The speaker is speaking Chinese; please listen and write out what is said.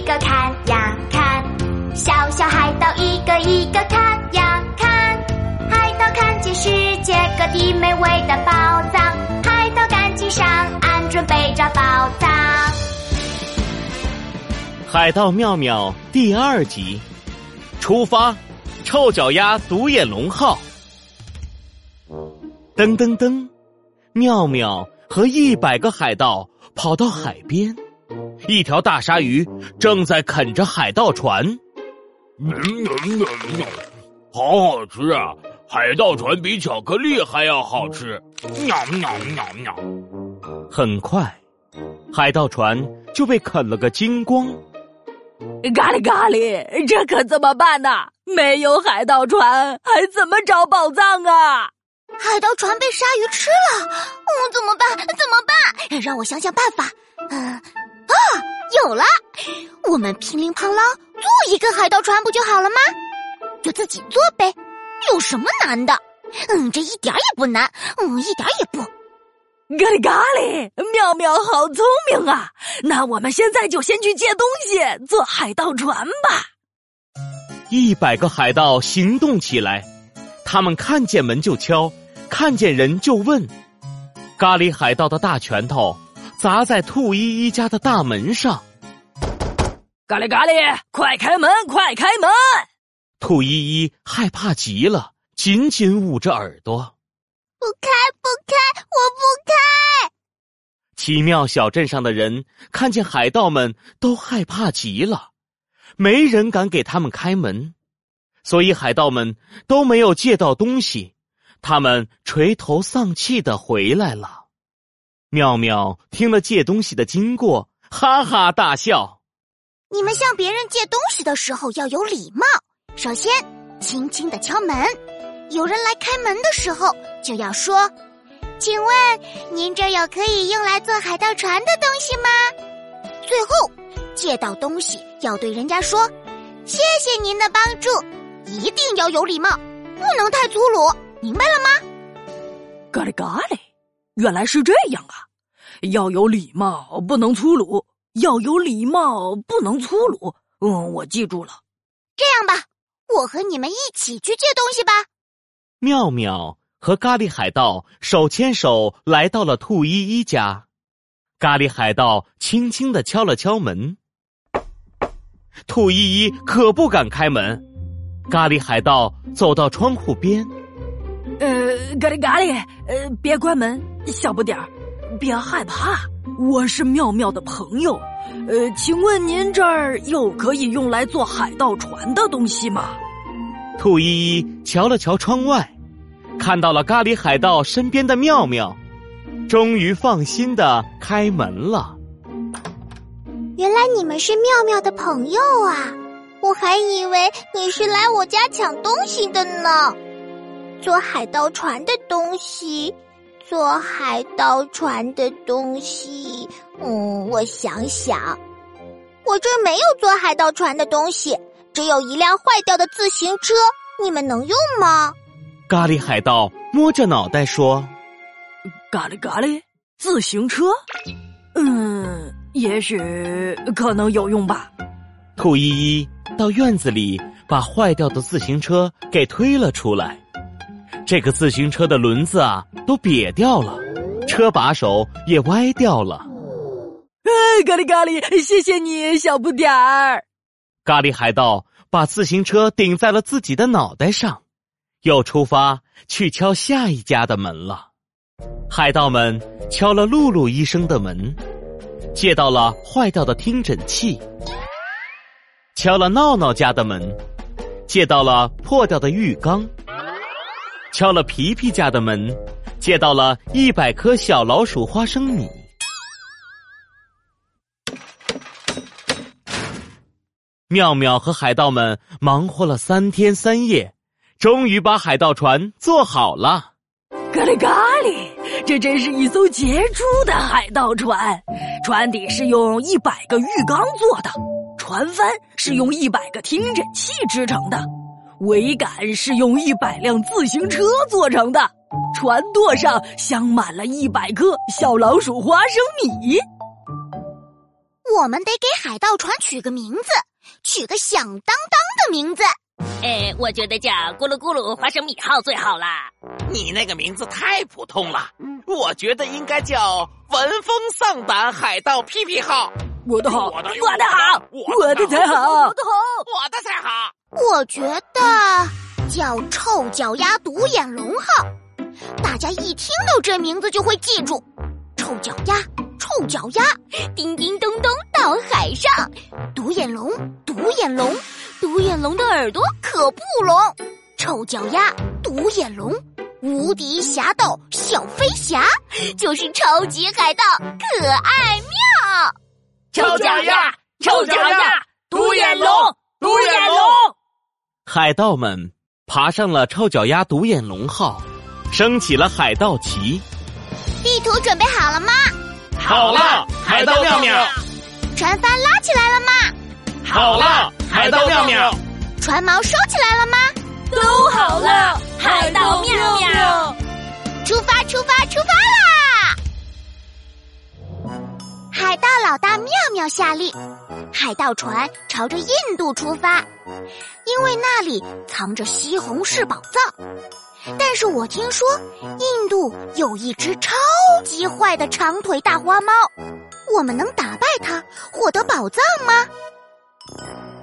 个看呀看，小小海盗一个一个看呀看，海盗看见世界各地美味的宝藏，海盗赶紧上岸准备找宝藏。 海盗妙妙第2集，出发，臭脚丫独眼龙号。噔噔噔，妙妙和100个海盗跑到海边，一条大鲨鱼正在啃着海盗船。 好好吃啊！海盗船比巧克力还要好吃。 很快，海盗船就被啃了个精光。 咖喱咖喱，这可怎么办呢？没有海盗船，还怎么找宝藏啊？ 海盗船被鲨鱼吃了，怎么办？怎么办？让我想想办法。有了！我们乒铃乓啷做一个海盗船不就好了吗？就自己做呗，有什么难的？这一点也不难，一点也不。 咖喱咖喱，妙妙好聪明啊！那我们现在就先去借东西，做海盗船吧。 100个海盗行动起来，他们看见门就敲，看见人就问。咖喱海盗的大拳头砸在兔依依家的大门上。 咖喱咖喱，快开门，快开门！ 兔依依害怕极了，紧紧捂着耳朵。 不开，不开，我不开！ 奇妙小镇上的人看见海盗们都害怕极了，没人敢给他们开门，所以海盗们都没有借到东西，他们垂头丧气地回来了。妙妙听了借东西的经过，哈哈大笑。 你们向别人借东西的时候要有礼貌，首先轻轻地敲门，有人来开门的时候就要说，请问您这有可以用来做海盗船的东西吗？最后借到东西要对人家说，谢谢您的帮助，一定要有礼貌，不能太粗鲁，明白了吗？ 咖喱咖喱，原来是这样啊！要有礼貌，不能粗鲁，要有礼貌，不能粗鲁。我记住了。 这样吧，我和你们一起去借东西吧。 妙妙和咖喱海盗手牵手来到了兔依依家。咖喱海盗轻轻地敲了敲门，兔依依可不敢开门。咖喱海盗走到窗户边， 咖喱咖喱，别关门，小不点儿，别害怕，我是妙妙的朋友。请问您这儿有可以用来做海盗船的东西吗？ 兔依依瞧了瞧窗外，看到了咖喱海盗身边的妙妙，终于放心地开门了。 原来你们是妙妙的朋友啊，我还以为你是来我家抢东西的呢。做海盗船的东西，做海盗船的东西，我想想，我这儿没有做海盗船的东西，只有一辆坏掉的自行车，你们能用吗？ 咖喱海盗摸着脑袋说， 咖喱咖喱，自行车？也许可能有用吧。 兔依依到院子里把坏掉的自行车给推了出来，这个自行车的轮子啊都瘪掉了，车把手也歪掉了。 咖喱咖喱，谢谢你，小不点儿。 咖喱海盗把自行车顶在了自己的脑袋上，又出发去敲下一家的门了。海盗们敲了露露医生的门，借到了坏掉的听诊器；敲了闹闹家的门，借到了破掉的浴缸；敲了皮皮家的门，借到了100颗小老鼠花生米。妙妙和海盗们忙活了3天3夜，终于把海盗船做好了。 咖喱咖喱，这真是一艘杰出的海盗船，船底是用100个浴缸做的，船帆是用100个听诊器制成的，桅杆是用100辆自行车做成的，船舵上镶满了100颗小老鼠花生米。 我们得给海盗船取个名字，取个响当当的名字。 我觉得叫咕噜咕噜花生米号最好啦。 你那个名字太普通了，我觉得应该叫闻风丧胆海盗屁屁号。 我的好， 我的好， 我的才好， 我的好， 我的才好。 我觉得叫臭脚丫独眼龙号，大家一听到这名字就会记住。臭脚丫，臭脚丫，叮叮咚咚到海上。独眼龙，独眼龙，独眼龙的耳朵可不聋。臭脚丫，独眼龙，无敌侠盗小飞侠，就是超级海盗，可爱妙。 臭脚丫，臭脚丫，独眼龙，独眼龙。 海盗们爬上了臭脚丫独眼龙号，升起了海盗旗。 地图准备好了吗？ 好了，海盗妙妙。 船帆拉起来了吗？ 好了，海盗妙妙。 船锚收起来了吗？ 都好了，海盗妙妙。 出发，出发，出发啦！海盗老大妙妙下令，海盗船朝着印度出发，因为那里藏着西红柿宝藏。但是我听说印度有一只超级坏的长腿大花猫，我们能打败它，获得宝藏吗？